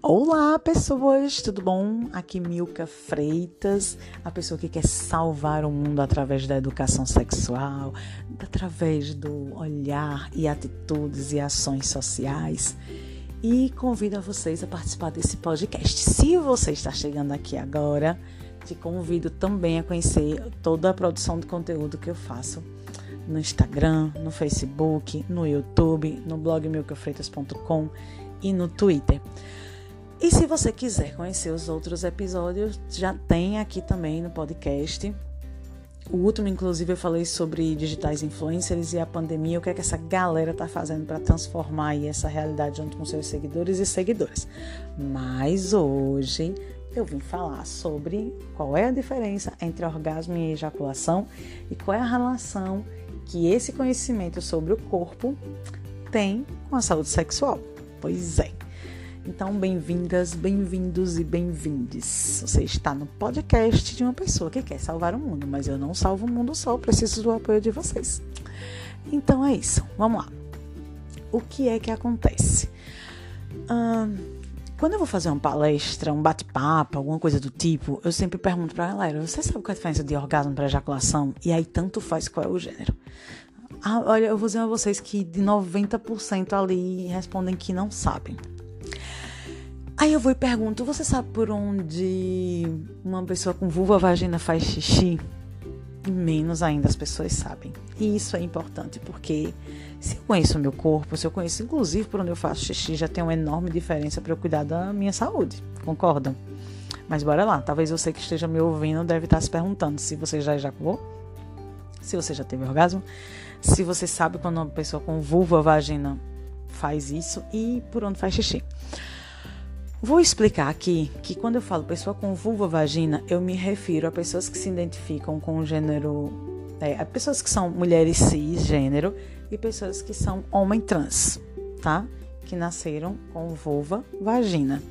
Olá, pessoas, tudo bom? Aqui Milka Freitas, a pessoa que quer salvar o mundo através da educação sexual, através do olhar e atitudes e ações sociais. E convido a vocês a participar desse podcast. Se você está chegando aqui agora, te convido também a conhecer toda a produção de conteúdo que eu faço no Instagram, no Facebook, no YouTube, no blog milkafreitas.com e no Twitter. E se você quiser conhecer os outros episódios, já tem aqui também no podcast. O último, inclusive, eu falei sobre digitais influencers e a pandemia, o que é que essa galera tá fazendo para transformar aí essa realidade junto com seus seguidores e seguidoras. Mas hoje eu vim falar sobre qual é a diferença entre orgasmo e ejaculação e qual é a relação que esse conhecimento sobre o corpo tem com a saúde sexual. Pois é. Então, bem-vindas, bem-vindos e bem-vindes. Você está no podcast de uma pessoa que quer salvar o mundo, mas eu não salvo o mundo só, eu preciso do apoio de vocês. Então é isso, vamos lá. O que é que acontece? Quando eu vou fazer uma palestra, um bate-papo, alguma coisa do tipo, eu sempre pergunto pra galera, você sabe qual é a diferença de orgasmo para ejaculação? E aí tanto faz qual é o gênero. Olha, eu vou dizer a vocês que de 90% ali respondem que não sabem. Aí eu vou e pergunto, você sabe por onde uma pessoa com vulva vagina faz xixi? E menos ainda as pessoas sabem. E isso é importante, porque se eu conheço o meu corpo, se eu conheço inclusive por onde eu faço xixi, já tem uma enorme diferença para eu cuidar da minha saúde. Concordam? Mas bora lá, talvez você que esteja me ouvindo deve estar se perguntando se você já ejaculou, se você já teve orgasmo, se você sabe quando uma pessoa com vulva vagina faz isso e por onde faz xixi. Vou explicar aqui que quando eu falo pessoa com vulva vagina, eu me refiro a pessoas que se identificam com o gênero, a pessoas que são mulheres cisgênero e pessoas que são homem trans, tá? Que nasceram com vulva vagina.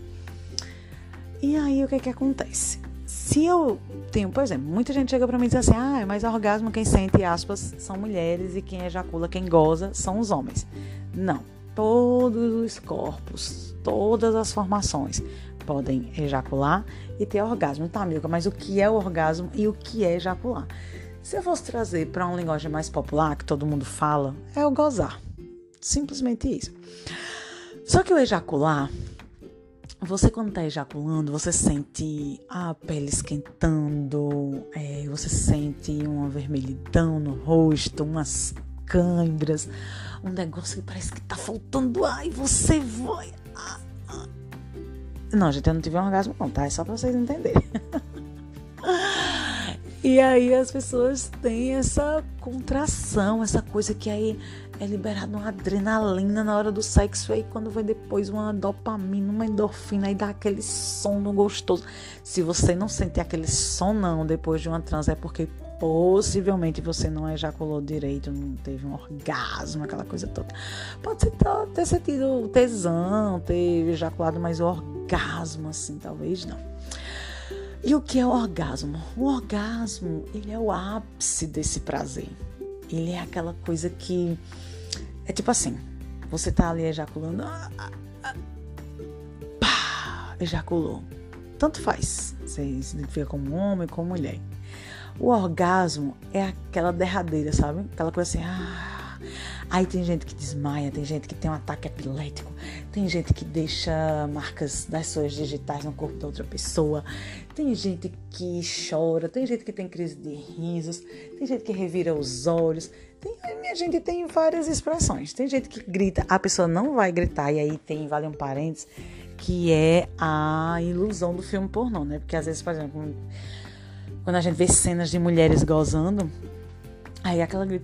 E aí o que acontece? Se eu tenho, por exemplo, muita gente chega pra mim e diz assim, mas orgasmo quem sente, aspas, são mulheres e quem ejacula, quem goza, são os homens. Não. Todos os corpos, todas as formações podem ejacular e ter orgasmo. Tá, Milka, mas o que é o orgasmo e o que é ejacular? Se eu fosse trazer para uma linguagem mais popular, que todo mundo fala, é o gozar. Simplesmente isso. Só que o ejacular, você quando está ejaculando, você sente a pele esquentando, você sente uma vermelhidão no rosto, umas câimbras, um negócio que parece que tá faltando ar e você vai... Não, gente, eu não tive um orgasmo não, tá? É só pra vocês entenderem. E aí as pessoas têm essa contração, essa coisa que aí é liberada uma adrenalina na hora do sexo, e aí quando vai depois uma dopamina, uma endorfina, aí dá aquele sono gostoso. Se você não sentir aquele sonão depois de uma transa, é porque possivelmente você não ejaculou direito, não teve um orgasmo, aquela coisa toda. Pode ser ter sentido tesão, ter ejaculado, mas o orgasmo, assim, talvez não. E o que é o orgasmo? O orgasmo, ele é o ápice desse prazer. Ele é aquela coisa que... É tipo assim, você tá ali ejaculando, ejaculou. Tanto faz, você se identifica como homem, como mulher. O orgasmo é aquela derradeira, sabe? Aquela coisa assim, Aí tem gente que desmaia, tem gente que tem um ataque epilético, tem gente que deixa marcas das suas digitais no corpo da outra pessoa, tem gente que chora, tem gente que tem crise de risos, tem gente que revira os olhos, a gente tem várias expressões. Tem gente que grita, a pessoa não vai gritar, e aí vale um parênteses, que é a ilusão do filme pornô, né? Porque às vezes, por exemplo, quando a gente vê cenas de mulheres gozando, aí aquela grita,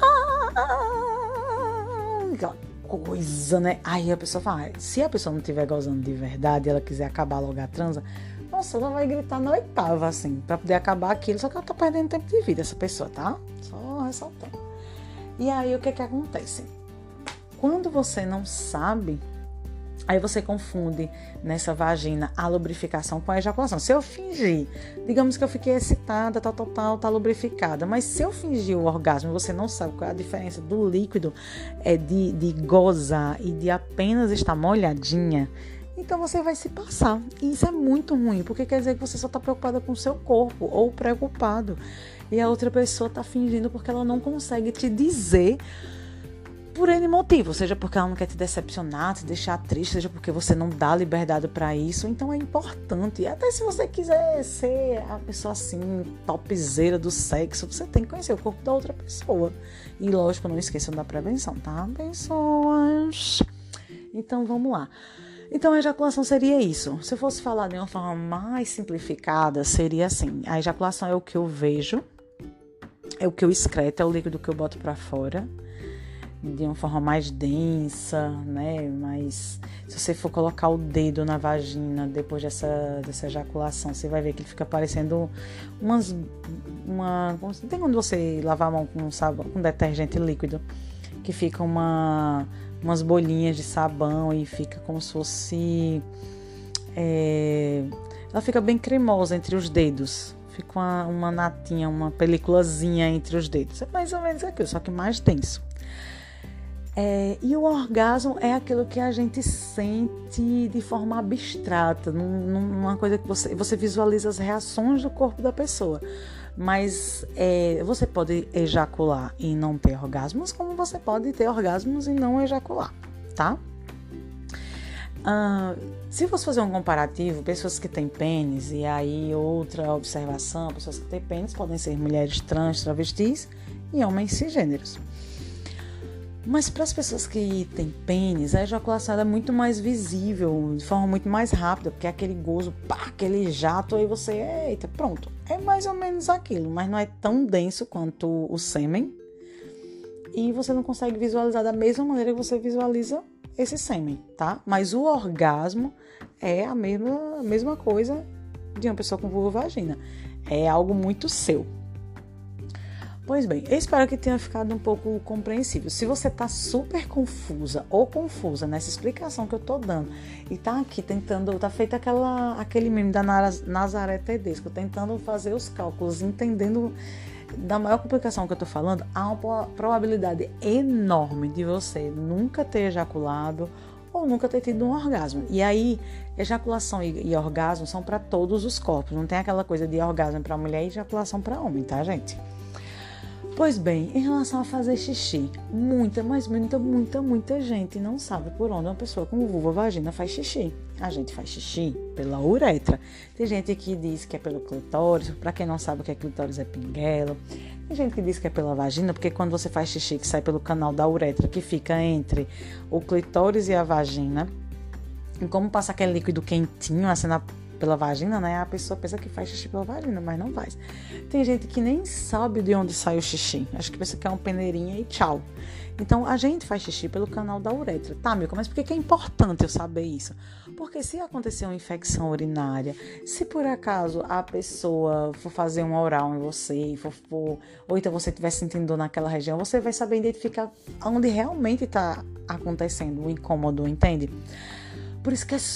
aquela coisa, né? Aí a pessoa fala, se a pessoa não estiver gozando de verdade e ela quiser acabar logo a transa, nossa, ela vai gritar na oitava, assim, pra poder acabar aquilo, só que ela tá perdendo tempo de vida, essa pessoa, tá? Só ressaltando. E aí o que acontece? Quando você não sabe, aí você confunde nessa vagina a lubrificação com a ejaculação. Se eu fingir, digamos que eu fiquei excitada, tá lubrificada, mas se eu fingir o orgasmo e você não sabe qual é a diferença do líquido de gozar e de apenas estar molhadinha, Então você vai se passar. E isso é muito ruim, porque quer dizer que você só está preocupada com o seu corpo, ou preocupado. E a outra pessoa está fingindo porque ela não consegue te dizer por N motivo, seja porque ela não quer te decepcionar, te deixar triste, seja porque você não dá liberdade para isso. Então é importante, e até se você quiser ser a pessoa assim, topzera do sexo, você tem que conhecer o corpo da outra pessoa. E lógico, não esqueçam da prevenção, tá, pessoas? Então vamos lá. Então a ejaculação seria isso. Se eu fosse falar de uma forma mais simplificada, seria assim: a ejaculação é o que eu vejo, é o que eu excreto, é o líquido que eu boto para fora, de uma forma mais densa, né? Mas se você for colocar o dedo na vagina depois dessa ejaculação, você vai ver que ele fica parecendo tem quando você lavar a mão com sabão, com detergente líquido, que fica umas bolinhas de sabão e fica como se fosse ela fica bem cremosa entre os dedos. Fica uma natinha, uma peliculazinha entre os dedos. É mais ou menos aquilo, só que mais denso. E o orgasmo é aquilo que a gente sente de forma abstrata, numa coisa que você visualiza as reações do corpo da pessoa. Mas você pode ejacular e não ter orgasmos, como você pode ter orgasmos e não ejacular, tá? Se você fazer um comparativo, pessoas que têm pênis, e aí outra observação, pessoas que têm pênis podem ser mulheres trans, travestis e homens cisgêneros. Mas para as pessoas que têm pênis, a ejaculação é muito mais visível, de forma muito mais rápida, porque é aquele gozo, aquele jato, aí você, eita, pronto. É mais ou menos aquilo, mas não é tão denso quanto o sêmen. E você não consegue visualizar da mesma maneira que você visualiza esse sêmen, tá? Mas o orgasmo é a mesma coisa de uma pessoa com vulva vagina. É algo muito seu. Pois bem, eu espero que tenha ficado um pouco compreensível. Se você tá super confusa ou confusa nessa explicação que eu tô dando e tá aqui tentando, tá feito aquele meme da Nazaré Tedesco, tentando fazer os cálculos, entendendo da maior complicação que eu tô falando, há uma probabilidade enorme de você nunca ter ejaculado ou nunca ter tido um orgasmo. E aí, ejaculação e orgasmo são para todos os corpos. Não tem aquela coisa de orgasmo para mulher e ejaculação para homem, tá, gente? Pois bem, em relação a fazer xixi, muita gente não sabe por onde uma pessoa com vulva vagina faz xixi. A gente faz xixi pela uretra. Tem gente que diz que é pelo clitóris. Para quem não sabe o que é clitóris, é pinguela. Tem gente que diz que é pela vagina, porque quando você faz xixi que sai pelo canal da uretra, que fica entre o clitóris e a vagina, e como passa aquele líquido quentinho, assim, pela vagina, né? A pessoa pensa que faz xixi pela vagina, mas não faz. Tem gente que nem sabe de onde sai o xixi. Acho que pensa que é uma peneirinha e tchau. Então, a gente faz xixi pelo canal da uretra. Tá, Milka, mas por que é importante eu saber isso? Porque se acontecer uma infecção urinária, se por acaso a pessoa for fazer um oral em você, ou então você estiver sentindo dor naquela região, você vai saber identificar onde realmente está acontecendo o incômodo, entende? Por isso que é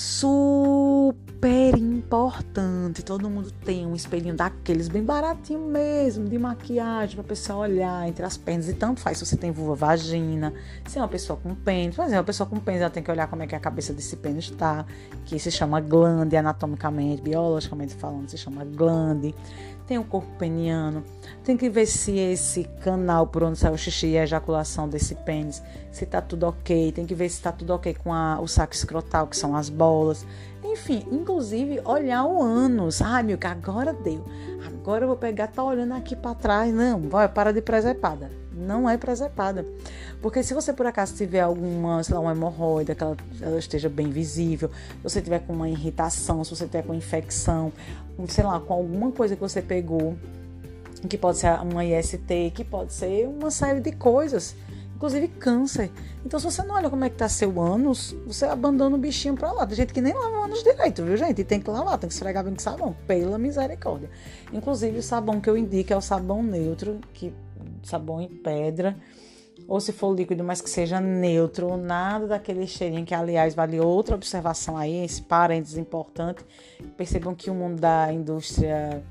super importante. Todo mundo tem um espelhinho daqueles bem baratinho mesmo, de maquiagem, pra pessoa olhar entre as pernas. E tanto faz se você tem vulva vagina, se é uma pessoa com pênis. Por exemplo, uma pessoa com pênis, ela tem que olhar como é que a cabeça desse pênis está, que se chama glande, anatomicamente, biologicamente falando, se chama glande. Tem o corpo peniano. Tem que ver se esse canal por onde sai o xixi e a ejaculação desse pênis, se tá tudo ok. Tem que ver se tá tudo ok com o saco escrotal, que são as bolas. Enfim, inclusive olhar o ânus. Ai, Milka, agora deu. Agora eu vou pegar, tá olhando aqui pra trás. Não, vai, para de presepada. Não é presepada. Porque se você por acaso tiver alguma, sei lá, uma hemorroida, que ela esteja bem visível, se você tiver com uma irritação, se você tiver com infecção, sei lá, com alguma coisa que você pegou, que pode ser uma IST, que pode ser uma série de coisas, inclusive câncer. Então, se você não olha como é que tá seu ânus, você abandona o bichinho pra lá. Tem gente que nem lava o ânus direito, viu, gente? E tem que lavar, tem que esfregar bem com sabão, pela misericórdia. Inclusive, o sabão que eu indico é o sabão neutro, sabão em pedra, ou se for líquido, mas que seja neutro, nada daquele cheirinho, que aliás vale outra observação aí, esse parênteses importante. Percebam que o mundo da indústria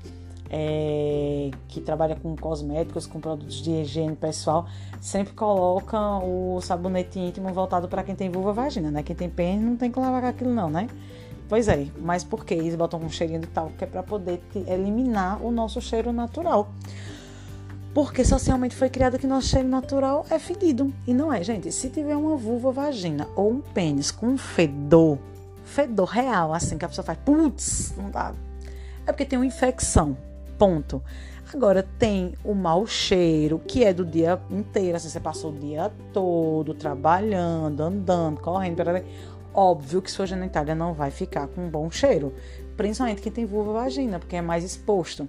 que trabalha com cosméticos, com produtos de higiene pessoal, sempre coloca o sabonete íntimo voltado para quem tem vulva vagina, né? Quem tem pênis não tem que lavar aquilo não, né? Pois é, mas por quê? Eles botam um cheirinho de talco que é para poder eliminar o nosso cheiro natural. Porque socialmente foi criado que nosso cheiro natural é fedido. E não é, gente. Se tiver uma vulva vagina ou um pênis com um fedor real, assim, que a pessoa faz, putz, não dá. É porque tem uma infecção, ponto. Agora tem o mau cheiro, que é do dia inteiro, assim, você passou o dia todo trabalhando, andando, correndo, óbvio que sua genitália não vai ficar com um bom cheiro, principalmente quem tem vulva vagina, porque é mais exposto.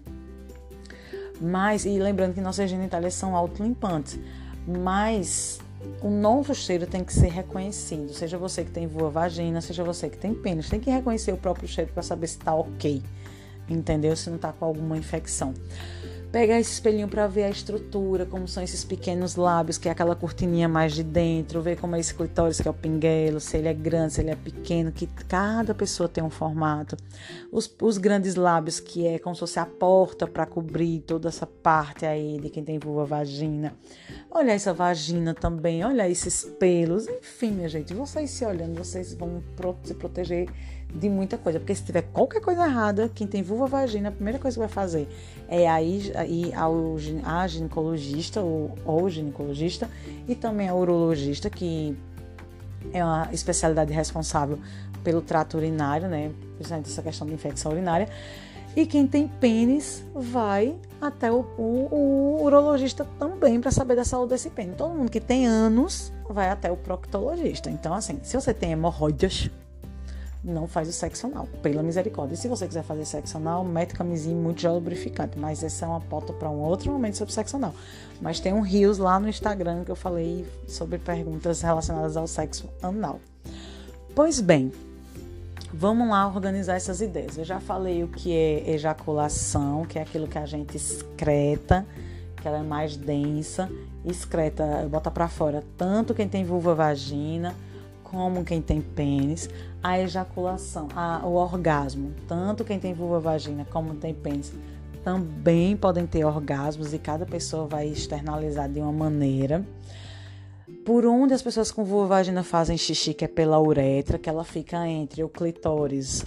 Mas, e lembrando que nossas genitálias são autolimpantes, mas o nosso cheiro tem que ser reconhecido, seja você que tem vulva vagina, seja você que tem pênis, tem que reconhecer o próprio cheiro para saber se tá ok, entendeu? Se não tá com alguma infecção. Pegar esse espelhinho para ver a estrutura, como são esses pequenos lábios, que é aquela cortininha mais de dentro, ver como é esse clitóris, que é o pinguelo, se ele é grande, se ele é pequeno, que cada pessoa tem um formato. Os grandes lábios, que é como se fosse a porta para cobrir toda essa parte aí de quem tem vulva vagina. Olha essa vagina também, olha esses pelos, enfim, minha gente, vocês se olhando, vocês vão se proteger de muita coisa, porque se tiver qualquer coisa errada, quem tem vulva vagina, a primeira coisa que vai fazer é ir a ginecologista ou ginecologista e também a urologista, que é uma especialidade responsável pelo trato urinário, né, principalmente essa questão de infecção urinária. E quem tem pênis vai até o urologista também para saber da saúde desse pênis. Todo mundo que tem ânus vai até o proctologista. Então, assim, se você tem hemorroidas, não faz o sexo anal, pela misericórdia. E se você quiser fazer sexo anal, mete camisinha muito gel lubrificante. Mas essa é uma pauta para um outro momento sobre sexo anal. Mas tem um reels lá no Instagram que eu falei sobre perguntas relacionadas ao sexo anal. Pois bem, vamos lá organizar essas ideias. Eu já falei o que é ejaculação, que é aquilo que a gente excreta, que ela é mais densa, excreta, bota para fora tanto quem tem vulva vagina como quem tem pênis. A ejaculação, o orgasmo, tanto quem tem vulva vagina como tem pênis, também podem ter orgasmos e cada pessoa vai externalizar de uma maneira. Por onde as pessoas com vulva vagina fazem xixi, que é pela uretra, que ela fica entre o clitóris,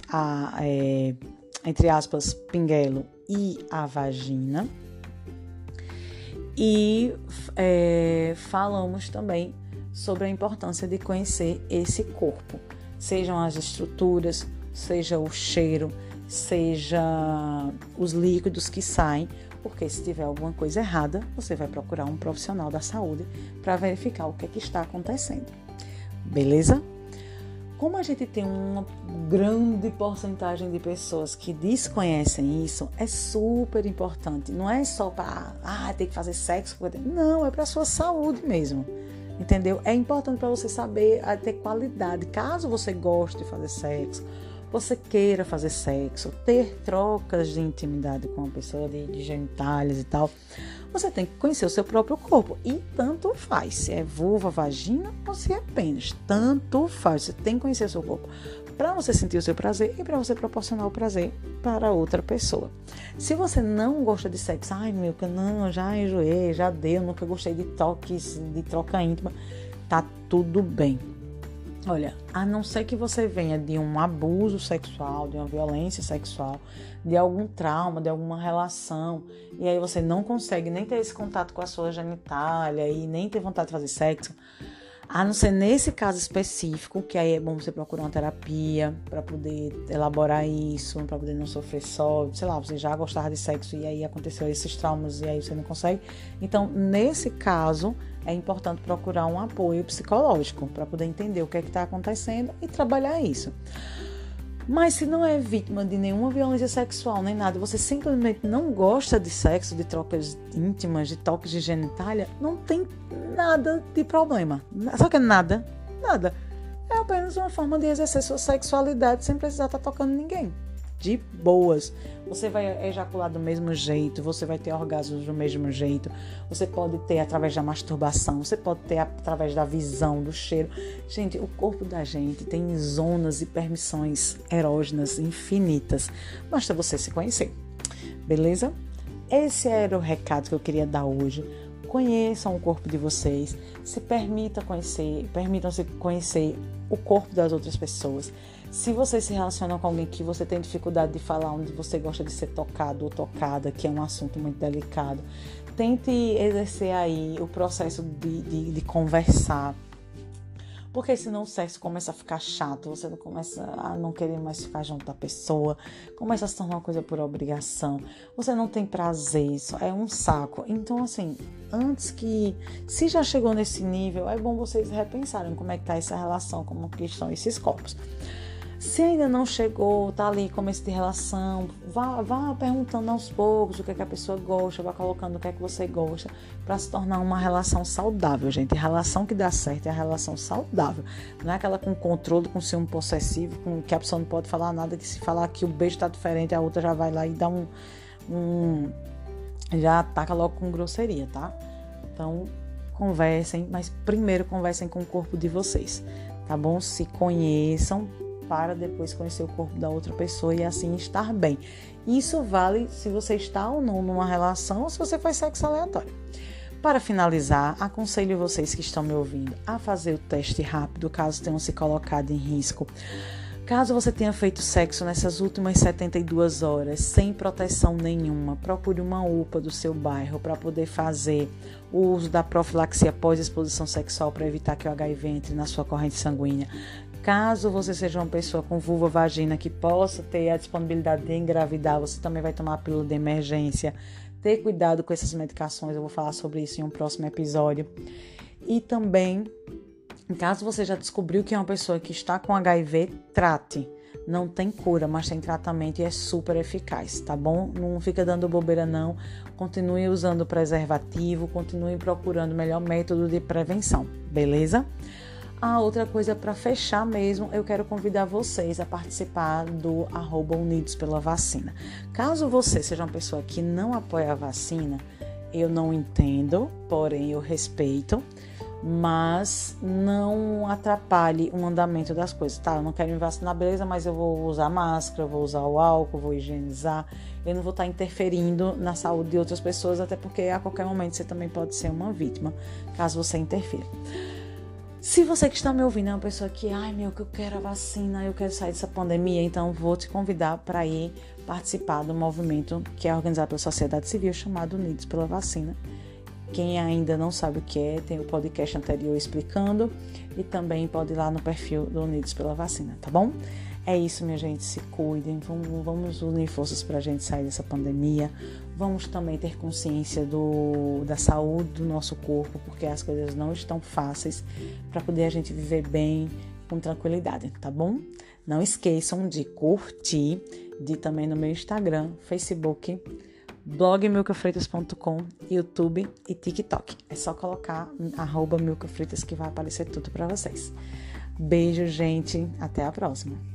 entre aspas, pinguelo e a vagina. E falamos também sobre a importância de conhecer esse corpo. Sejam as estruturas, seja o cheiro, seja os líquidos que saem, porque se tiver alguma coisa errada, você vai procurar um profissional da saúde para verificar o que é que está acontecendo. Beleza? Como a gente tem uma grande porcentagem de pessoas que desconhecem isso, é super importante. Não é só para ter que fazer sexo, não, é para a sua saúde mesmo. Entendeu? É importante para você saber ter qualidade. Caso você goste de fazer sexo, você queira fazer sexo, ter trocas de intimidade com uma pessoa, de genitálias e tal, você tem que conhecer o seu próprio corpo. E tanto faz, se é vulva, vagina ou se é pênis. Tanto faz, você tem que conhecer o seu corpo para você sentir o seu prazer e para você proporcionar o prazer para outra pessoa. Se você não gosta de sexo, não, já enjoei, já deu, nunca gostei de toques, de troca íntima, tá tudo bem. Olha, a não ser que você venha de um abuso sexual, de uma violência sexual, de algum trauma, de alguma relação, e aí você não consegue nem ter esse contato com a sua genitália e nem ter vontade de fazer sexo, a não ser nesse caso específico, que aí é bom você procurar uma terapia para poder elaborar isso, para poder não sofrer só, sei lá, você já gostava de sexo e aí aconteceu esses traumas e aí você não consegue. Então, nesse caso, é importante procurar um apoio psicológico para poder entender o que é que está acontecendo e trabalhar isso. Mas se não é vítima de nenhuma violência sexual nem nada, você simplesmente não gosta de sexo, de trocas íntimas, de toques de genitália, não tem nada de problema. Só que nada. É apenas uma forma de exercer sua sexualidade sem precisar estar tocando ninguém. De boas. Você vai ejacular do mesmo jeito, você vai ter orgasmos do mesmo jeito, você pode ter através da masturbação, você pode ter através da visão, do cheiro. Gente, o corpo da gente tem zonas e permissões erógenas infinitas. Basta você se conhecer. Beleza? Esse era o recado que eu queria dar hoje. Conheçam o corpo de vocês, permitam-se conhecer o corpo das outras pessoas. Se você se relaciona com alguém que você tem dificuldade de falar, onde você gosta de ser tocado ou tocada, que é um assunto muito delicado, tente exercer aí o processo de conversar. Porque senão o sexo começa a ficar chato, você começa a não querer mais ficar junto da pessoa, começa a se tornar uma coisa por obrigação, você não tem prazer, isso é um saco. Então, assim, se já chegou nesse nível, é bom vocês repensarem como é que tá essa relação, como que estão esses corpos. Se ainda não chegou, tá ali começo de relação, vá perguntando aos poucos o que é que a pessoa gosta, vá colocando o que é que você gosta, para se tornar uma relação saudável, gente. A relação que dá certo é a relação saudável. Não é aquela com controle, com ciúme possessivo, com que a pessoa não pode falar nada, que se falar que o beijo tá diferente, a outra já vai lá e dá já ataca logo com grosseria, tá? Então, conversem, mas primeiro conversem com o corpo de vocês, tá bom? Se conheçam, para depois conhecer o corpo da outra pessoa e assim estar bem. Isso vale se você está ou não numa relação ou se você faz sexo aleatório. Para finalizar, aconselho vocês que estão me ouvindo a fazer o teste rápido, caso tenham se colocado em risco. Caso você tenha feito sexo nessas últimas 72 horas sem proteção nenhuma, procure uma UPA do seu bairro para poder fazer o uso da profilaxia pós-exposição sexual para evitar que o HIV entre na sua corrente sanguínea. Caso você seja uma pessoa com vulva vagina que possa ter a disponibilidade de engravidar, você também vai tomar a pílula de emergência. Ter cuidado com essas medicações, eu vou falar sobre isso em um próximo episódio. E também, caso você já descobriu que é uma pessoa que está com HIV, trate. Não tem cura, mas tem tratamento e é super eficaz, tá bom? Não fica dando bobeira não. Continue usando preservativo, continue procurando o melhor método de prevenção, beleza? A outra coisa para fechar mesmo, eu quero convidar vocês a participar do @Unidos pela Vacina. Caso você seja uma pessoa que não apoia a vacina, eu não entendo, porém eu respeito, mas não atrapalhe o andamento das coisas, tá? Eu não quero me vacinar, beleza, mas eu vou usar máscara, eu vou usar o álcool, vou higienizar, eu não vou estar interferindo na saúde de outras pessoas, até porque a qualquer momento você também pode ser uma vítima, caso você interfira. Se você que está me ouvindo é uma pessoa que, que eu quero a vacina, eu quero sair dessa pandemia, então vou te convidar para ir participar do movimento que é organizado pela sociedade civil chamado Unidos pela Vacina. Quem ainda não sabe o que é, tem o podcast anterior explicando e também pode ir lá no perfil do Unidos pela Vacina, tá bom? É isso, minha gente, se cuidem, vamos unir forças para a gente sair dessa pandemia, vamos também ter consciência da saúde do nosso corpo, porque as coisas não estão fáceis para poder a gente viver bem, com tranquilidade, tá bom? Não esqueçam de curtir, de também no meu Instagram, Facebook, blog milkafreitas.com, YouTube e TikTok. É só colocar @milkafreitas que vai aparecer tudo para vocês. Beijo, gente, até a próxima.